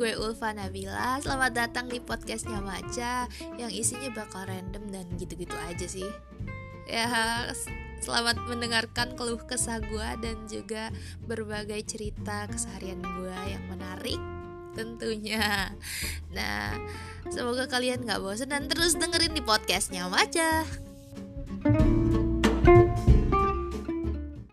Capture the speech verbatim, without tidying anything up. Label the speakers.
Speaker 1: gue Ulfa Nabila. Selamat datang di podcastnya Maca, yang isinya bakal random dan gitu-gitu aja sih. Ya, selamat mendengarkan keluh kesah gue dan juga berbagai cerita keseharian gue yang menarik tentunya. Nah, semoga kalian gak bosan dan terus dengerin di podcastnya Maca.